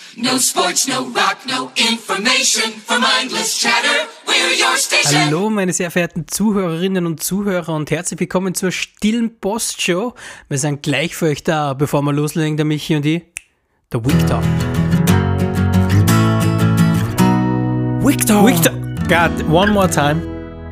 No sports, no rock, no information for mindless chatter. We're your station. Hallo meine sehr verehrten Zuhörerinnen und Zuhörer und herzlich willkommen zur stillen Postshow. Wir sind gleich für euch da, bevor wir loslegen, der Michi und ich, der Week Talk. Week Talk. God, one more time.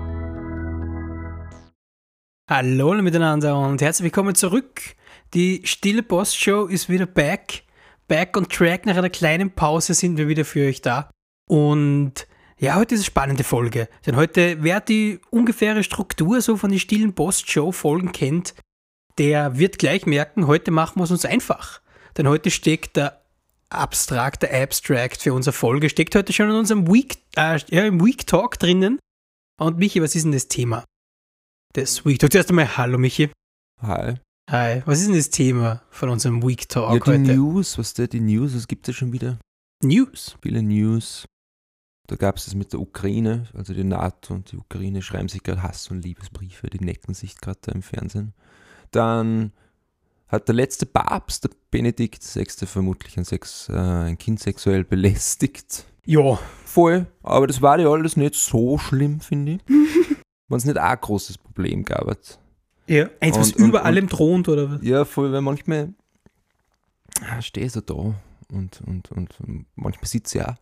Hallo miteinander und herzlich willkommen zurück. Die stille Postshow ist wieder back on track. Nach einer kleinen Pause sind wir wieder für euch da. Und ja, heute ist eine spannende Folge. Denn heute, wer die ungefähre Struktur so von den stillen Postshow-Folgen kennt, der wird gleich merken, heute machen wir es uns einfach. Denn heute steckt der Abstract für unsere Folge, steckt heute schon in unserem im Week Talk drinnen. Und Michi, was ist denn das Thema des Week Talk? Zuerst einmal, hallo Michi. Hi. Hi, was ist denn das Thema von unserem Week Talk ja, heute? Die News, was gibt es schon wieder? News? Viele News. Da gab es das mit der Ukraine, also die NATO und die Ukraine schreiben sich gerade Hass- und Liebesbriefe, die necken sich gerade da im Fernsehen. Dann hat der letzte Papst, der Benedikt XVI, vermutlich ein Kind sexuell belästigt. Ja. Voll, aber das war ja alles nicht so schlimm, finde ich. Wenn es nicht auch ein großes Problem gab. Ja, eins, was über allem thront, oder was? Ja, voll, weil manchmal stehe ich so da und manchmal sitze ich auch.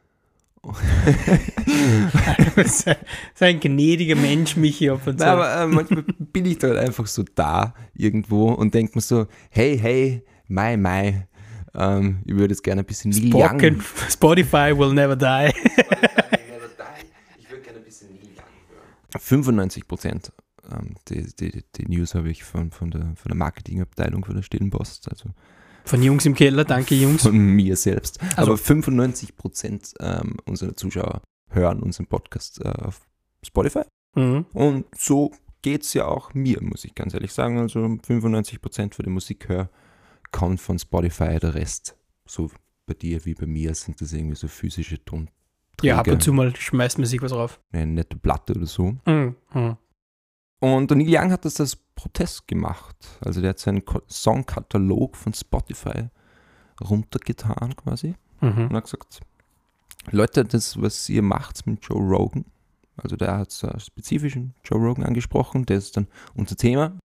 Das ist ein gnädiger Mensch, Michi. Nein, aber manchmal bin ich da halt einfach so da irgendwo und denke mir so, hey, Mai, ich würde jetzt gerne ein bisschen Neil Young. Spotify will never die. Ich würde gerne ein bisschen Neil Young hören. 95%. Die News habe ich von der Marketingabteilung von der Stillen Post. Also von Jungs im Keller, danke Jungs. Von mir selbst. Also, aber 95% unserer Zuschauer hören unseren Podcast auf Spotify. Mhm. Und so geht es ja auch mir, muss ich ganz ehrlich sagen. Also 95% von der Musik höre kommt von Spotify, der Rest, so bei dir wie bei mir, sind das irgendwie so physische Tonträger. Ja, ab und zu mal schmeißt man sich was drauf. Eine nette Platte oder so. Mhm. Und der Neil Young hat das als Protest gemacht. Also der hat seinen Songkatalog von Spotify runtergetan quasi. Und hat gesagt, Leute, das, was ihr macht mit Joe Rogan, also der hat so spezifischen Joe Rogan angesprochen, der ist dann unser Thema.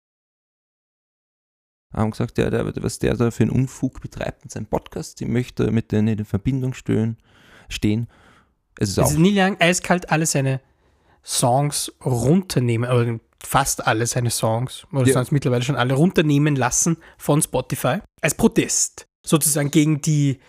Haben gesagt, was der da für einen Unfug betreibt mit seinem Podcast, die möchte mit denen in Verbindung stehen. Es ist auch Neil Young eiskalt alle seine Songs runternehmen, oder fast alle seine Songs, oder sonst mittlerweile schon alle runternehmen lassen von Spotify, als Protest, sozusagen gegen die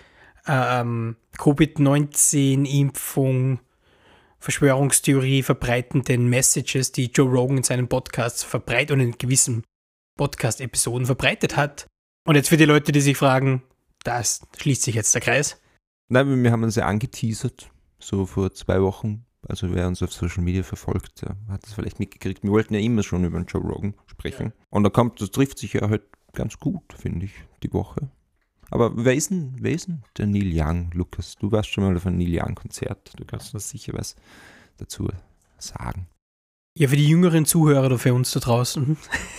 Covid-19-Impfung, Verschwörungstheorie verbreitenden Messages, die Joe Rogan in seinen Podcasts verbreitet und in gewissen Podcast-Episoden verbreitet hat. Und jetzt für die Leute, die sich fragen, das schließt sich jetzt der Kreis. Nein, wir haben uns ja angeteasert, so vor 2 Wochen. Also wer uns auf Social Media verfolgt, der hat das vielleicht mitgekriegt. Wir wollten ja immer schon über den Joe Rogan sprechen. Ja. Und das trifft sich ja halt ganz gut, finde ich, die Woche. Aber wer ist denn der Neil Young, Lukas? Du warst schon mal auf einem Neil Young-Konzert. Du kannst uns sicher was dazu sagen. Ja, für die jüngeren Zuhörer oder für uns da draußen.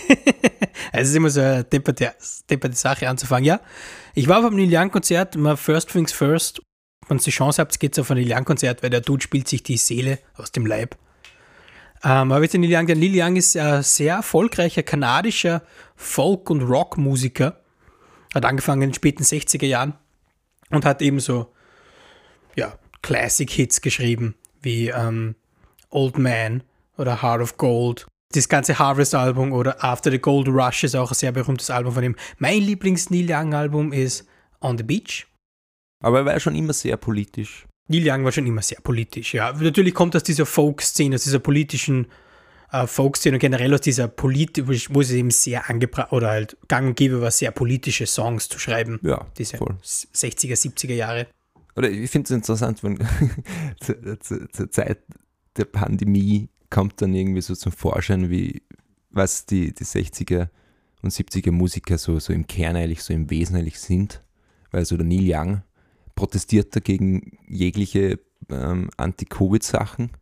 Es ist immer so eine depperte Sache anzufangen. Ja, ich war auf einem Neil Young-Konzert, mal First Things First. Wenn ihr die Chance habt, geht es auf ein Neil Young-Konzert, weil der Dude spielt sich die Seele aus dem Leib. Aber jetzt der Neil Young ist ein sehr erfolgreicher kanadischer Folk- und Rock-Musiker. Hat angefangen in den späten 60er Jahren und hat eben so Classic-Hits geschrieben, wie Old Man oder Heart of Gold. Das ganze Harvest-Album oder After the Gold Rush ist auch ein sehr berühmtes Album von ihm. Mein Lieblings-Neil Young-Album ist On the Beach. Aber er war ja schon immer sehr politisch. Neil Young war schon immer sehr politisch, ja. Natürlich kommt aus dieser Folk-Szene, aus dieser politischen Folk-Szene und generell aus dieser wo es eben sehr angebracht oder halt gang und gäbe war, sehr politische Songs zu schreiben. Ja, diese voll. 60er, 70er Jahre. Oder ich finde es interessant, wenn zur Zeit der Pandemie kommt dann irgendwie so zum Vorschein, wie was die 60er und 70er Musiker so im Kern eigentlich, so im Wesen eigentlich sind. Weil so der Neil Young protestiert dagegen jegliche Anti-Covid-Sachen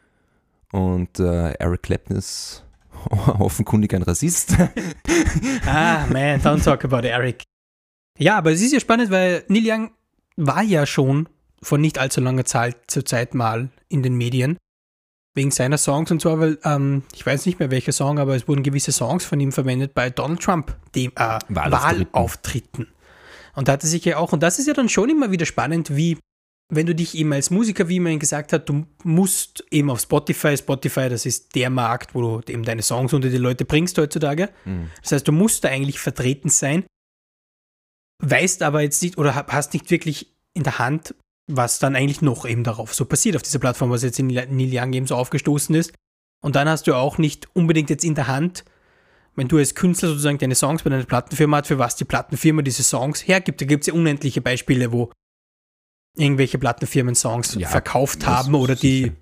und Eric Clapton ist offenkundig ein Rassist. Man, don't talk about Eric. Ja, aber es ist ja spannend, weil Neil Young war ja schon vor nicht allzu langer Zeit mal in den Medien, wegen seiner Songs und zwar, weil, ich weiß nicht mehr welcher Song, aber es wurden gewisse Songs von ihm verwendet bei Donald Trump, dem Wahlauftritten. Und da hat er sich ja auch, und das ist ja dann schon immer wieder spannend, wie, wenn du dich eben als Musiker, wie man ihn gesagt hat, du musst eben auf Spotify, das ist der Markt, wo du eben deine Songs unter die Leute bringst heutzutage. Das heißt, du musst da eigentlich vertreten sein, weißt aber jetzt nicht oder hast nicht wirklich in der Hand, was dann eigentlich noch eben darauf so passiert, auf dieser Plattform, was jetzt in Neil Young eben so aufgestoßen ist. Und dann hast du auch nicht unbedingt jetzt in der Hand, wenn du als Künstler sozusagen deine Songs bei deiner Plattenfirma hast, für was die Plattenfirma diese Songs hergibt. Da gibt es ja unendliche Beispiele, wo irgendwelche Plattenfirmen Songs verkauft haben oder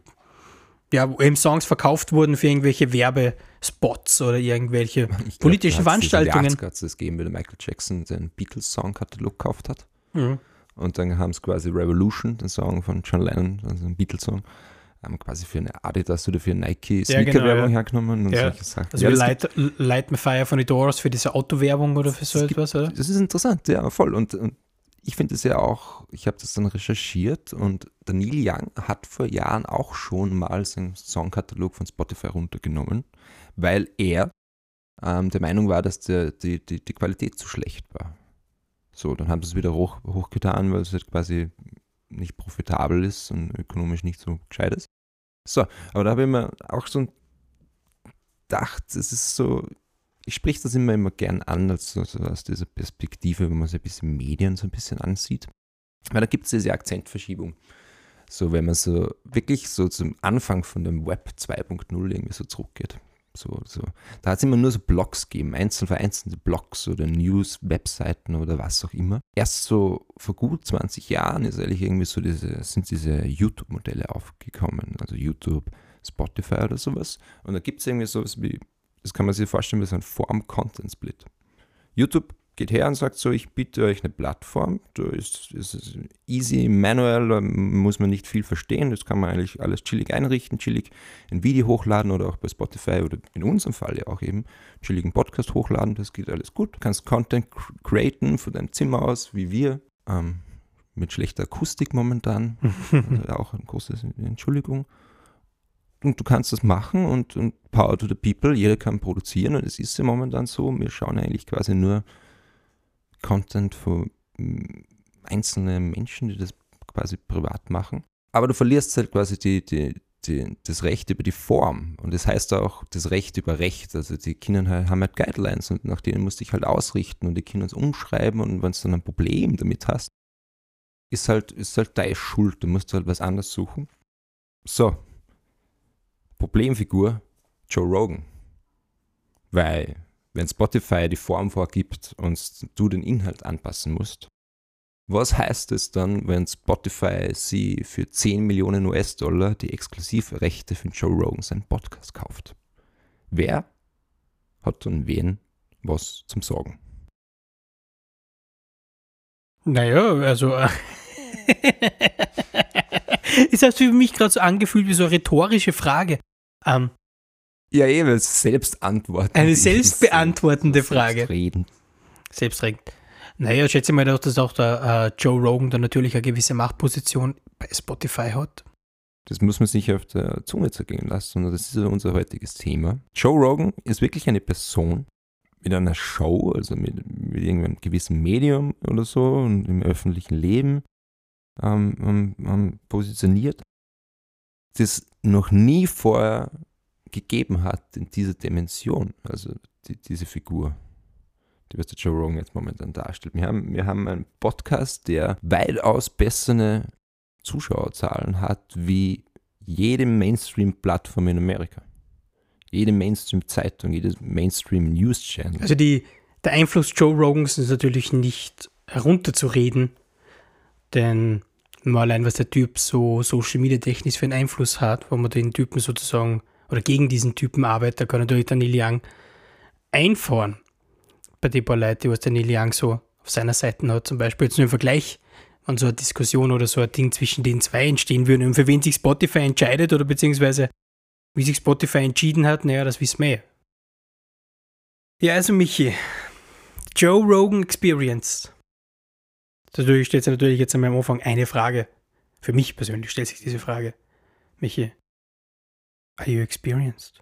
wo eben Songs verkauft wurden für irgendwelche Werbespots oder irgendwelche politischen Veranstaltungen. Es das gegeben, wie der Michael Jackson den Beatles-Song-Katalog gekauft hat. Mhm. Und dann haben es quasi Revolution, den Song von John Lennon, also ein Beatles-Song, haben quasi für eine Adidas oder für eine Nike Sneaker-Werbung hergenommen und solche Sachen. Also Light My Fire von The Doors für diese Autowerbung oder für so etwas, oder? Das ist interessant, ja, voll. Und ich finde es ja auch, ich habe das dann recherchiert und der Neil Young hat vor Jahren auch schon mal seinen Songkatalog von Spotify runtergenommen, weil er der Meinung war, dass die Qualität zu schlecht war. So, dann haben sie es wieder hochgetan, weil es halt quasi nicht profitabel ist und ökonomisch nicht so gescheit ist. So, aber da habe ich mir auch so gedacht, es ist so, ich spreche das immer gern an, also aus dieser Perspektive, wenn man so ein bisschen Medien so ein bisschen ansieht. Weil da gibt es diese Akzentverschiebung. So, wenn man so wirklich so zum Anfang von dem Web 2.0 irgendwie so zurückgeht. So. Da hat es immer nur so Blogs gegeben, vereinzelte Blogs oder News, Webseiten oder was auch immer. Erst so vor gut 20 Jahren ist eigentlich irgendwie so sind diese YouTube-Modelle aufgekommen, also YouTube, Spotify oder sowas. Und da gibt es irgendwie sowas wie, das kann man sich vorstellen wie so ein Form-Content-Split. YouTube geht her und sagt so, ich biete euch eine Plattform, da ist easy, manual, da muss man nicht viel verstehen, das kann man eigentlich alles chillig einrichten, chillig ein Video hochladen oder auch bei Spotify oder in unserem Fall ja auch eben chilligen Podcast hochladen, das geht alles gut. Du kannst Content createn von deinem Zimmer aus, wie wir, mit schlechter Akustik momentan, also auch eine große Entschuldigung. Und du kannst das machen und Power to the People, jeder kann produzieren und es ist ja momentan so, wir schauen eigentlich quasi nur Content von einzelnen Menschen, die das quasi privat machen. Aber du verlierst halt quasi das Recht über die Form und das heißt auch das Recht über Recht. Also die Kinder haben halt Guidelines und nach denen musst du dich halt ausrichten und die Kinder es umschreiben und wenn du dann ein Problem damit hast, ist halt deine Schuld, du musst halt was anderes suchen. So, Problemfigur, Joe Rogan. Weil, wenn Spotify die Form vorgibt und du den Inhalt anpassen musst, was heißt es dann, wenn Spotify sie für 10 Millionen US-Dollar die Exklusivrechte für Joe Rogan seinen Podcast kauft? Wer hat dann wen was zum Sagen? Naja, also ist das für mich gerade so angefühlt wie so eine rhetorische Frage. Ja, eben, selbstantwortend. Eine selbstbeantwortende Frage. Selbstredend. Naja, ich schätze mal, dass auch der Joe Rogan da natürlich eine gewisse Machtposition bei Spotify hat. Das muss man sich auf der Zunge zergehen lassen und das ist ja unser heutiges Thema. Joe Rogan ist wirklich eine Person mit einer Show, also mit irgendeinem gewissen Medium oder so und im öffentlichen Leben positioniert, das noch nie vorher gegeben hat in dieser Dimension, also diese Figur, die was der Joe Rogan jetzt momentan darstellt. Wir haben einen Podcast, der weitaus bessere Zuschauerzahlen hat wie jede Mainstream-Plattform in Amerika. Jede Mainstream-Zeitung, jedes Mainstream-News-Channel. Also der Einfluss Joe Rogans ist natürlich nicht herunterzureden, denn nur allein, was der Typ so Social-Media-technisch für einen Einfluss hat, wo man den Typen sozusagen oder gegen diesen Typen arbeitet, da kann natürlich der Neil Young einfahren bei den paar Leuten, was der Neil Young so auf seiner Seite hat. Zum Beispiel jetzt nur im Vergleich, wenn so eine Diskussion oder so ein Ding zwischen den zwei entstehen würde und für wen sich Spotify entscheidet oder beziehungsweise wie sich Spotify entschieden hat, naja, das wissen wir ja. Ja, also Michi, Joe Rogan Experience. Dadurch stellt sich natürlich jetzt am Anfang eine Frage. Für mich persönlich stellt sich diese Frage. Michi, are you experienced?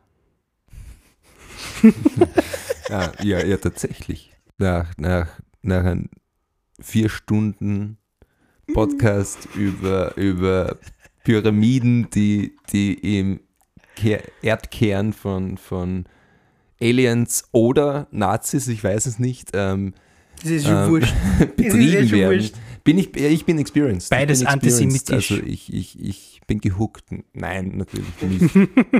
Ja, tatsächlich. Nach einem 4 Stunden Podcast über Pyramiden, die im Erdkern von Aliens oder Nazis, ich weiß es nicht, Das ist schon wurscht. betrieben werden. Ich bin experienced. Beides antisemitisch. Also ich bin gehuckt. Nein, natürlich nicht.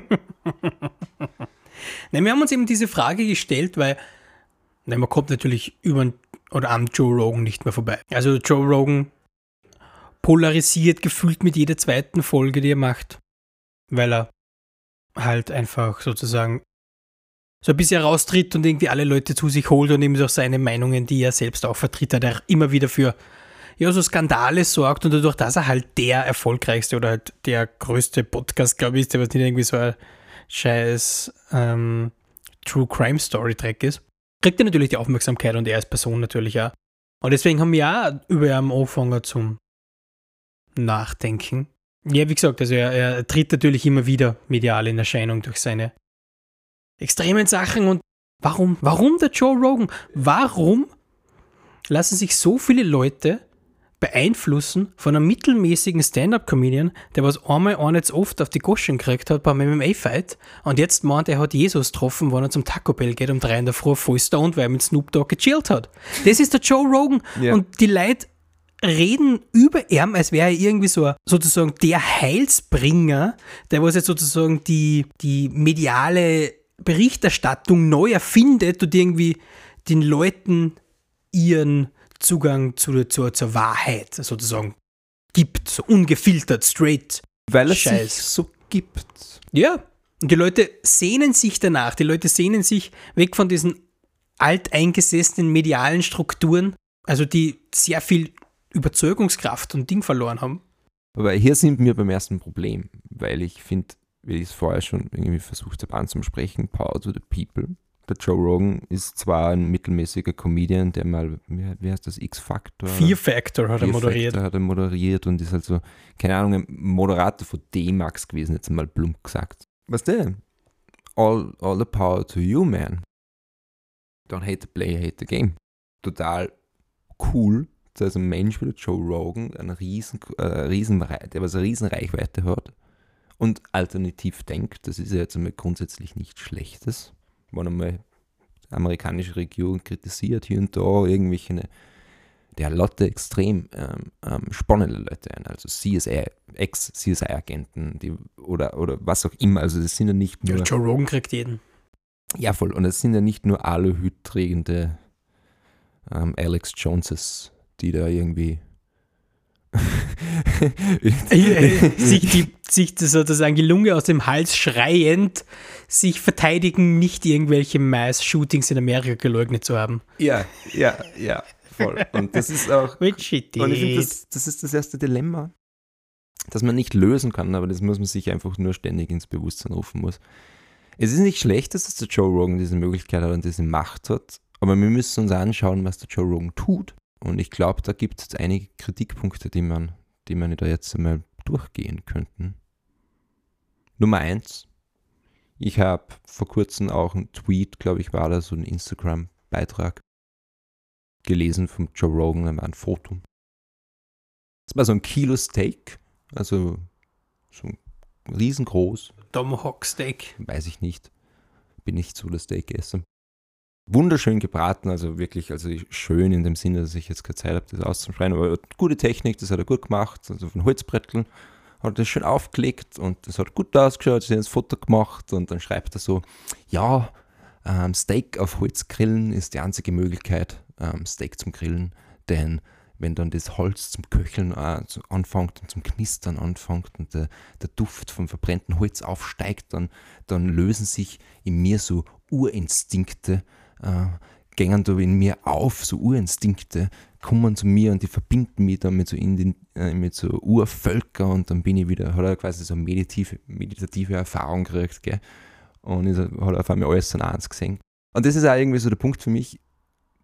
Nein, wir haben uns eben diese Frage gestellt, weil man kommt natürlich am Joe Rogan nicht mehr vorbei. Also Joe Rogan polarisiert gefühlt mit jeder zweiten Folge, die er macht, weil er halt einfach sozusagen so ein bisschen raustritt und irgendwie alle Leute zu sich holt und eben auch seine Meinungen, die er selbst auch vertritt, hat er immer wieder für so Skandale sorgt und dadurch, dass er halt der erfolgreichste oder halt der größte Podcast, glaube ich, ist, der was nicht irgendwie so ein scheiß True Crime Story Track ist, kriegt er natürlich die Aufmerksamkeit und er als Person natürlich auch. Und deswegen haben wir auch über ihn angefangen zum Nachdenken. Ja, wie gesagt, also er tritt natürlich immer wieder medial in Erscheinung durch seine extremen Sachen. Und warum der Joe Rogan? Warum lassen sich so viele Leute beeinflussen von einem mittelmäßigen Stand-Up-Comedian, der was einmal auch nicht so oft auf die Goschen gekriegt hat beim MMA-Fight und jetzt meint, er hat Jesus getroffen, wenn er zum Taco Bell geht um 3 in der Früh voll stoned, weil er mit Snoop Dogg gechillt hat. Das ist der Joe Rogan. Ja. Und die Leute reden über ihn, als wäre er irgendwie so sozusagen der Heilsbringer, der was jetzt sozusagen die mediale Berichterstattung neu erfindet und irgendwie den Leuten ihren Zugang zur Wahrheit sozusagen gibt, so ungefiltert, straight. Weil es Scheiß. sich so gibt. Ja, und die Leute sehnen sich danach, die Leute sehnen sich weg von diesen alteingesessenen medialen Strukturen, also die sehr viel Überzeugungskraft und Ding verloren haben. Aber hier sind wir beim ersten Problem, weil ich finde, wie ich es vorher schon irgendwie versucht habe anzusprechen, Power to the People. Der Joe Rogan ist zwar ein mittelmäßiger Comedian, der mal, wie heißt das, X-Factor? Fear Factor hat er moderiert. Factor hat er moderiert und ist halt so, keine Ahnung, ein Moderator von D-Max gewesen, jetzt mal plump gesagt. Was denn? All the power to you, man. Don't hate the player, hate the game. Total cool, dass ein Mensch wie der Joe Rogan der was eine riesen Reichweite hat und alternativ denkt. Das ist ja jetzt einmal grundsätzlich nichts Schlechtes. Wenn einmal die amerikanische Regierung kritisiert, hier und da irgendwelche, der Lotte extrem spannende Leute ein, also Ex-CSI-Agenten oder was auch immer, also das sind ja nicht nur... Ja, Joe Rogan kriegt jeden. Ja, voll, und es sind ja nicht nur Aluhut-trägende Alex Joneses, die da irgendwie sich das sozusagen die Lunge aus dem Hals schreiend sich verteidigen, nicht irgendwelche Mass-Shootings in Amerika geleugnet zu haben. Ja, voll. Und das ist auch... Which it Und ich finde, is. das ist das erste Dilemma, das man nicht lösen kann, aber das muss man sich einfach nur ständig ins Bewusstsein rufen muss. Es ist nicht schlecht, dass der Joe Rogan diese Möglichkeit hat und diese Macht hat, aber wir müssen uns anschauen, was der Joe Rogan tut. Und ich glaube, da gibt es einige Kritikpunkte, die man da jetzt einmal durchgehen könnten. Nummer 1. Ich habe vor kurzem auch einen Tweet, glaube ich, war da so ein Instagram-Beitrag gelesen vom Joe Rogan, da war ein Foto. Das war so ein Kilo Steak, also so riesengroß. Tomahawk Steak. Weiß ich nicht. Bin nicht so der Steak-Esser. Wunderschön gebraten, also wirklich, also schön in dem Sinne, dass ich jetzt keine Zeit habe, das auszuschneiden, aber gute Technik, das hat er gut gemacht, also von Holzbretteln hat er das schön aufgelegt und das hat gut ausgeschaut, sie hat das Foto gemacht und dann schreibt er so, ja, Steak auf Holz grillen ist die einzige Möglichkeit, Steak zum Grillen, denn wenn dann das Holz zum Köcheln anfängt und zum Knistern anfängt und der Duft vom verbrennten Holz aufsteigt, dann lösen sich in mir so Urinstinkte, gängen da in mir auf, so Urinstinkte, kommen zu mir und die verbinden mich dann mit so Urvölker und dann bin ich wieder, hat er quasi so eine meditative Erfahrung gekriegt, gell? Und hat auf einmal alles an eins gesehen. Und das ist auch irgendwie so der Punkt für mich,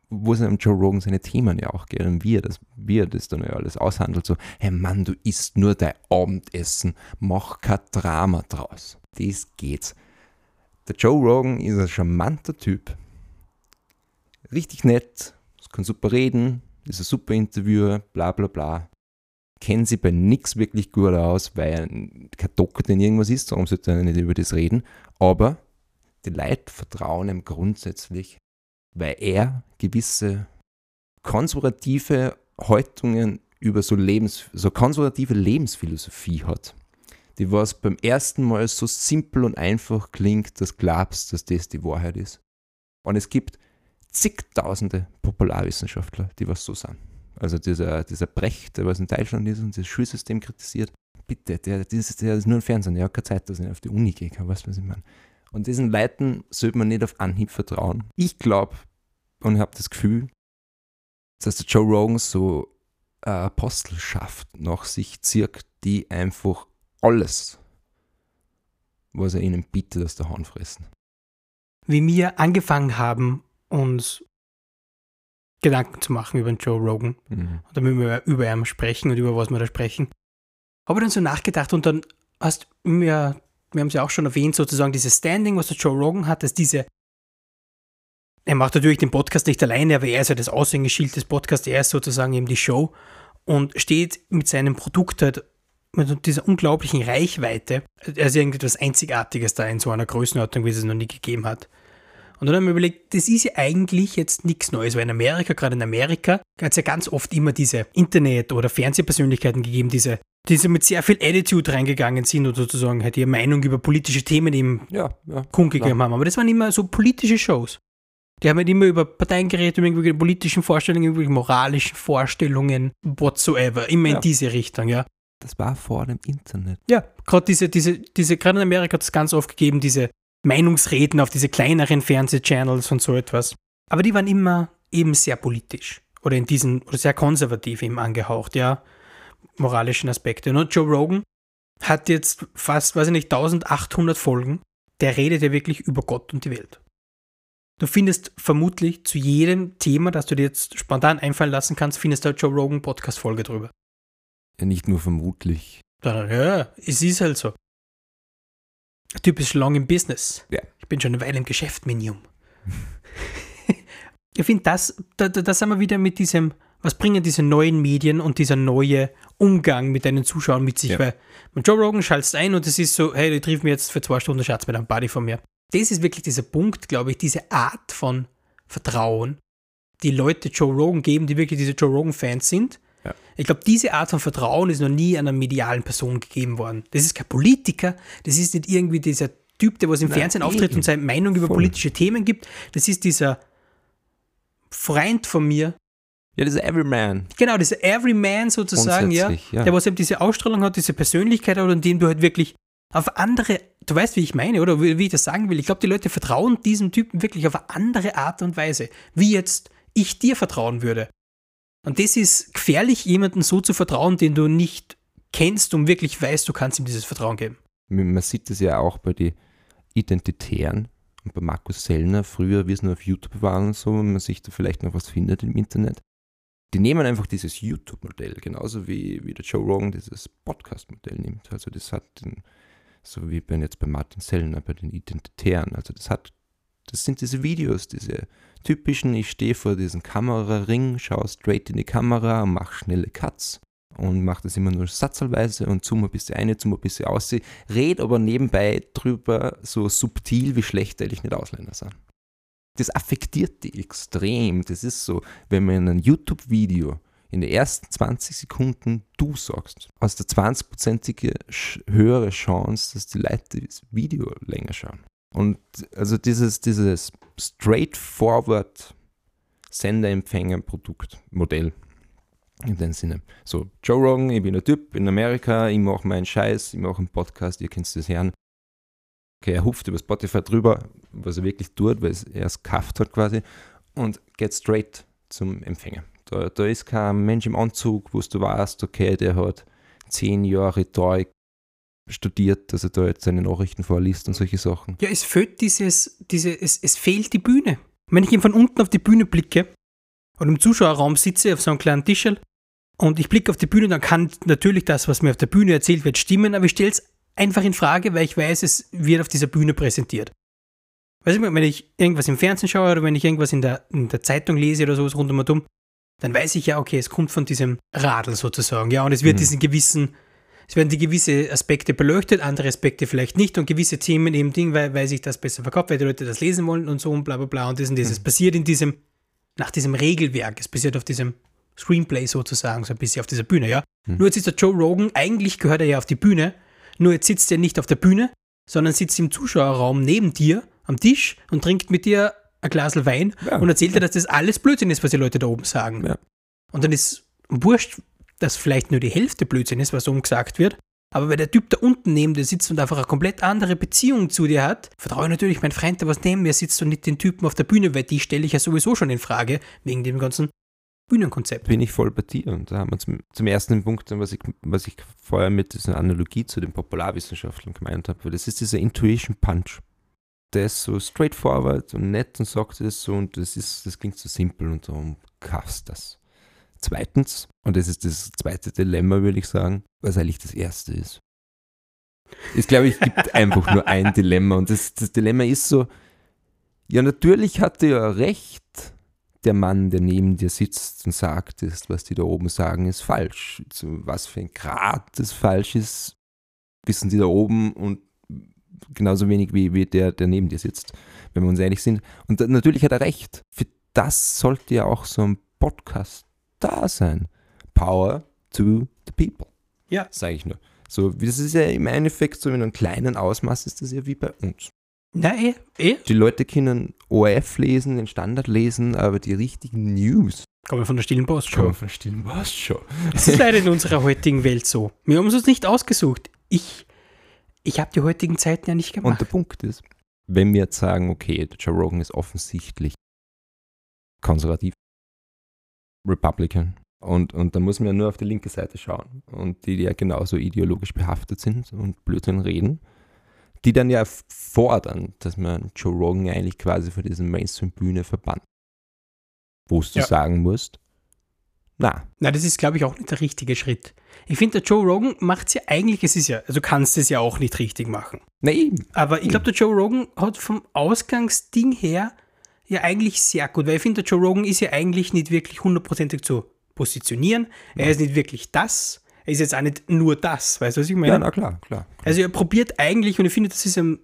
wo es einem Joe Rogan seine Themen ja auch geht und wie er das dann ja alles aushandelt. So, hey Mann, du isst nur dein Abendessen, mach kein Drama draus. Das geht's. Der Joe Rogan ist ein charmanter Typ. Richtig nett, kann super reden, ist ein super Interviewer, bla bla bla. Kennt sich bei nichts wirklich gut aus, weil er kein Doktor in irgendwas ist, darum sollte er nicht über das reden. Aber die Leute vertrauen ihm grundsätzlich, weil er gewisse konservative Haltungen über so konservative Lebensphilosophie hat, die was beim ersten Mal so simpel und einfach klingt, dass du glaubst, dass das die Wahrheit ist. Und es gibt zigtausende Popularwissenschaftler, die was so sind. Also dieser Brecht, der was in Deutschland ist und das Schulsystem kritisiert, bitte, der ist nur im Fernsehen, der hat keine Zeit, dass er auf die Uni gehen kann, weißt du, was ich meine? Und diesen Leuten sollte man nicht auf Anhieb vertrauen. Ich glaube und habe das Gefühl, dass der Joe Rogan so eine Apostelschaft nach sich zieht, die einfach alles, was er ihnen bietet, aus der Hand fressen. Wie wir angefangen haben, uns Gedanken zu machen über den Joe Rogan, und dann müssen wir über ihn sprechen und über was wir da sprechen, habe ich dann so nachgedacht und dann wir haben es ja auch schon erwähnt, sozusagen dieses Standing, was der Joe Rogan hat, dass er macht natürlich den Podcast nicht alleine, aber er ist ja das Aushängeschild des Podcasts, er ist sozusagen eben die Show und steht mit seinem Produkt halt mit dieser unglaublichen Reichweite. Er ist irgendetwas Einzigartiges da in so einer Größenordnung, wie es noch nie gegeben hat. Und dann haben wir überlegt, das ist ja eigentlich jetzt nichts Neues, weil gerade in Amerika, hat es ja ganz oft immer diese Internet- oder Fernsehpersönlichkeiten gegeben, die so mit sehr viel Attitude reingegangen sind oder sozusagen halt ihre Meinung über politische Themen eben kundgegeben haben. Aber das waren immer so politische Shows. Die haben halt immer über Parteien geredet, über irgendwelche politischen Vorstellungen, irgendwelche moralischen Vorstellungen, whatsoever, immer in diese Richtung, ja. Das war vor dem Internet. Ja, gerade gerade in Amerika hat es ganz oft gegeben, diese Meinungsreden auf diese kleineren Fernsehchannels und so etwas. Aber die waren immer eben sehr politisch oder oder sehr konservativ eben angehaucht, ja, moralischen Aspekte. Und Joe Rogan hat jetzt fast, 1800 Folgen. Der redet ja wirklich über Gott und die Welt. Du findest vermutlich zu jedem Thema, das du dir jetzt spontan einfallen lassen kannst, findest du eine Joe Rogan Podcast-Folge drüber. Ja, nicht nur vermutlich. Ja, es ist halt so. Typisch long im Business. Ja. Ich bin schon eine Weile im Geschäft, Minium. Ich finde, da sind wir wieder mit diesem, was bringen diese neuen Medien und dieser neue Umgang mit deinen Zuschauern mit sich, weil mit Joe Rogan schaltest ein und es ist so, hey, du triffst mich jetzt für 2 Stunden, Schatz, mit einem Buddy von mir. Das ist wirklich dieser Punkt, glaube ich, diese Art von Vertrauen, die Leute Joe Rogan geben, die wirklich diese Joe Rogan-Fans sind. Ja. Ich glaube, diese Art von Vertrauen ist noch nie einer medialen Person gegeben worden. Das ist kein Politiker, das ist nicht irgendwie dieser Typ, der was im Fernsehen auftritt und seine Meinung über politische Themen gibt. Das ist dieser Freund von mir. Ja, dieser Everyman. Genau, dieser Everyman sozusagen, ja. Der was eben diese Ausstrahlung hat, diese Persönlichkeit hat und dem du halt wirklich auf andere, du weißt, wie ich meine, oder wie ich das sagen will. Ich glaube, die Leute vertrauen diesem Typen wirklich auf eine andere Art und Weise, wie jetzt ich dir vertrauen würde. Und das ist gefährlich, jemandem so zu vertrauen, den du nicht kennst und wirklich weißt, du kannst ihm dieses Vertrauen geben. Man sieht das ja auch bei den Identitären und bei Markus Sellner, früher, wie es nur auf YouTube war und so, wenn man sich da vielleicht noch was findet im Internet. Die nehmen einfach dieses YouTube-Modell, genauso wie der Joe Rogan dieses Podcast-Modell nimmt. Also das hat so wie jetzt bei Martin Sellner, bei den Identitären, also das sind diese Videos, diese typischen, ich stehe vor diesem Kameraring, schaue straight in die Kamera und mache schnelle Cuts und mache das immer nur satzweise und zoome ein bisschen ein, zoome ein bisschen aus, rede aber nebenbei drüber so subtil, wie schlecht eigentlich nicht Ausländer sind. Das affektiert die extrem. Das ist so, wenn man in einem YouTube-Video in den ersten 20 Sekunden du sagst, hast du 20%ige höhere Chance, dass die Leute das Video länger schauen. Und also dieses straightforward Sender-Empfänger-Produkt-Modell in dem Sinne. So, Joe Rogan, ich bin ein Typ in Amerika, ich mache meinen Scheiß, ich mache einen Podcast, ihr kennt das hören. Okay, er hupft über Spotify drüber, was er wirklich tut, weil er es gekauft hat quasi, und geht straight zum Empfänger. Da ist kein Mensch im Anzug, wo du weißt, okay, der hat 10 Jahre Rhetorik studiert, dass er da jetzt seine Nachrichten vorliest und solche Sachen. Ja, es fehlt es fehlt die Bühne. Wenn ich eben von unten auf die Bühne blicke, oder im Zuschauerraum sitze auf so einem kleinen Tischl und ich blicke auf die Bühne, dann kann natürlich das, was mir auf der Bühne erzählt wird, stimmen, aber ich stelle es einfach in Frage, weil ich weiß, es wird auf dieser Bühne präsentiert. Weißt du, wenn ich irgendwas im Fernsehen schaue oder wenn ich irgendwas in der Zeitung lese oder sowas rund um und um, dann weiß ich ja, okay, es kommt von diesem Radl sozusagen, ja, und es wird es werden die gewisse Aspekte beleuchtet, andere Aspekte vielleicht nicht und gewisse Themen eben weil sich das besser verkauft, weil die Leute das lesen wollen und so und bla bla bla und das und das. Es passiert nach diesem Regelwerk, es passiert auf diesem Screenplay sozusagen, so ein bisschen auf dieser Bühne, ja. Nur jetzt ist der Joe Rogan, eigentlich gehört er ja auf die Bühne, nur jetzt sitzt er nicht auf der Bühne, sondern sitzt im Zuschauerraum neben dir am Tisch und trinkt mit dir ein Glas Wein und erzählt dir, dass das alles Blödsinn ist, was die Leute da oben sagen. Ja. Und dann ist wurscht, dass vielleicht nur die Hälfte Blödsinn ist, was oben gesagt wird, aber weil der Typ da unten neben dir sitzt und einfach eine komplett andere Beziehung zu dir hat, vertraue ich natürlich meinen Freund, der was neben mir sitzt und nicht den Typen auf der Bühne, weil die stelle ich ja sowieso schon in Frage, wegen dem ganzen Bühnenkonzept. Bin ich voll bei dir. Und da haben wir zum ersten Punkt, was ich vorher mit dieser Analogie zu den Popularwissenschaftlern gemeint habe, weil das ist dieser Intuition Punch. Der ist so straightforward und nett und sagt das so und das klingt so simpel und darum kaufst das. Zweitens, und das ist das zweite Dilemma, würde ich sagen, was eigentlich das erste ist. Ich glaube, es gibt einfach nur ein Dilemma und das Dilemma ist so, ja natürlich hatte er recht, der Mann, der neben dir sitzt und sagt, was die da oben sagen, ist falsch. Zu was für ein Grad das falsch ist, wissen die da oben und genauso wenig wie der neben dir sitzt, wenn wir uns ehrlich sind. Und natürlich hat er recht. Für das sollte ja auch so ein Podcast da sein. Power to the people. Ja. Sage ich nur. So, das ist ja im Endeffekt so in einem kleinen Ausmaß ist das ja wie bei uns. Na, Die Leute können ORF lesen, den Standard lesen, aber die richtigen News kommen von der Stillen Post Show. Das ist leider in unserer heutigen Welt so. Wir haben es uns nicht ausgesucht. Ich habe die heutigen Zeiten ja nicht gemacht. Und der Punkt ist, wenn wir jetzt sagen, okay, der Joe Rogan ist offensichtlich konservativ, Republican, und da muss man ja nur auf die linke Seite schauen und die ja genauso ideologisch behaftet sind und Blödsinn reden, die dann ja fordern, dass man Joe Rogan eigentlich quasi von dieser Mainstream-Bühne verbannt. Wo du sagen musst, na, das ist, glaube ich, auch nicht der richtige Schritt. Ich finde, der Joe Rogan macht es ja eigentlich, du kannst es ja auch nicht richtig machen. Na eben. Aber ich glaube, der Joe Rogan hat vom Ausgangsding her ja eigentlich sehr gut, weil ich finde, der Joe Rogan ist ja eigentlich nicht wirklich hundertprozentig zu positionieren. Er ist nicht wirklich das. Er ist jetzt auch nicht nur das. Weißt du, was ich meine? Ja, na klar. Also er probiert eigentlich, und ich finde, das ist ihm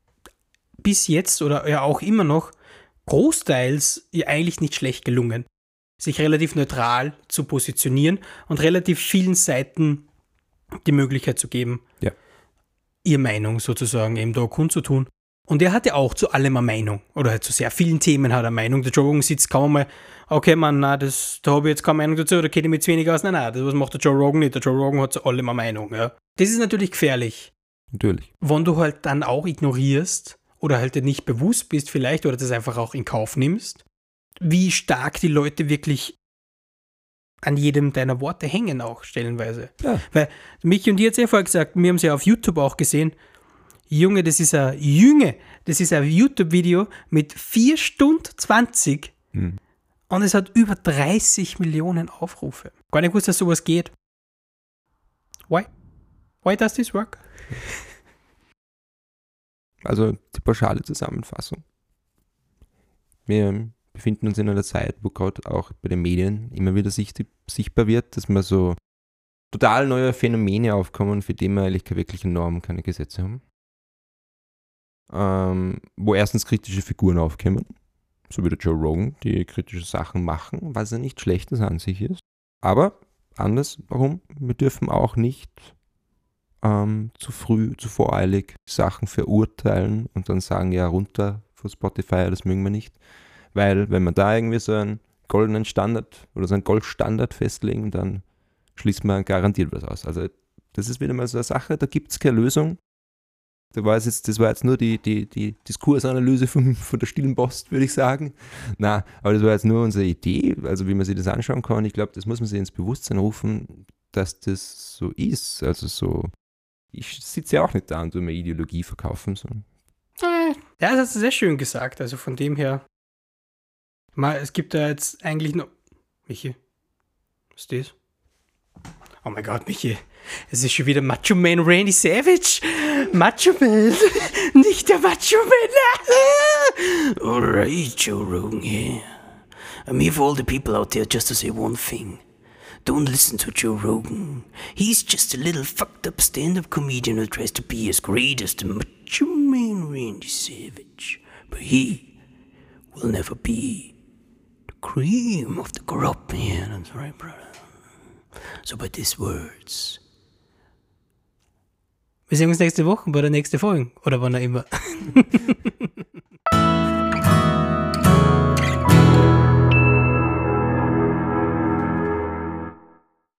bis jetzt oder ja auch immer noch großteils ja eigentlich nicht schlecht gelungen, sich relativ neutral zu positionieren und relativ vielen Seiten die Möglichkeit zu geben, ihre Meinung sozusagen eben da kundzutun. Und er hat ja auch zu allem eine Meinung, oder halt zu sehr vielen Themen hat er eine Meinung. Der Joe Rogan sitzt kaum mal, okay, Mann, da habe ich jetzt keine Meinung dazu, da kenne ich mich zu wenig aus. Nein, das was macht der Joe Rogan nicht. Der Joe Rogan hat zu allem eine Meinung. Ja. Das ist natürlich gefährlich. Natürlich. Wenn du halt dann auch ignorierst oder halt nicht bewusst bist vielleicht oder das einfach auch in Kauf nimmst, wie stark die Leute wirklich an jedem deiner Worte hängen auch stellenweise. Ja. Weil Michi und ich hat es ja vorher gesagt, wir haben es ja auf YouTube auch gesehen, Junge, das ist ein YouTube-Video mit 4 Stunden 20 und es hat über 30 Millionen Aufrufe. Gar nicht gewusst, dass sowas geht. Why? Why does this work? Also die pauschale Zusammenfassung. Wir befinden uns in einer Zeit, wo gerade auch bei den Medien immer wieder sichtbar wird, dass man so total neue Phänomene aufkommen, für die wir eigentlich keine wirklichen Normen, keine Gesetze haben. Wo erstens kritische Figuren aufkommen, so wie der Joe Rogan, die kritische Sachen machen, was ja nicht Schlechtes an sich ist. Aber anders, warum? Wir dürfen auch nicht zu früh, zu voreilig Sachen verurteilen und dann sagen, ja, runter von Spotify, das mögen wir nicht. Weil wenn wir da irgendwie so einen goldenen Standard oder so einen Goldstandard festlegen, dann schließt man garantiert was aus. Also das ist wieder mal so eine Sache, da gibt es keine Lösung. Das war jetzt nur die Diskursanalyse von der Stillen Post, würde ich sagen. Na, aber das war jetzt nur unsere Idee, also wie man sich das anschauen kann. Ich glaube, das muss man sich ins Bewusstsein rufen, dass das so ist. Also so, ich sitze ja auch nicht da und tue mir Ideologie verkaufen. So. Ja, das hast du sehr schön gesagt. Also von dem her, es gibt da jetzt eigentlich Michi? Was ist das? Oh mein Gott, Michi. Es ist schon wieder Macho Man Randy Savage. Macho Man. Nicht der Macho Man. Alright, Joe Rogan here. I'm here for all the people out there just to say one thing. Don't listen to Joe Rogan. He's just a little fucked up stand-up comedian who tries to be as great as the Macho Man Randy Savage. But he will never be the cream of the crop. Yeah, that's right, brother. So by these words. Wir sehen uns nächste Woche bei der nächsten Folge. Oder wann auch immer.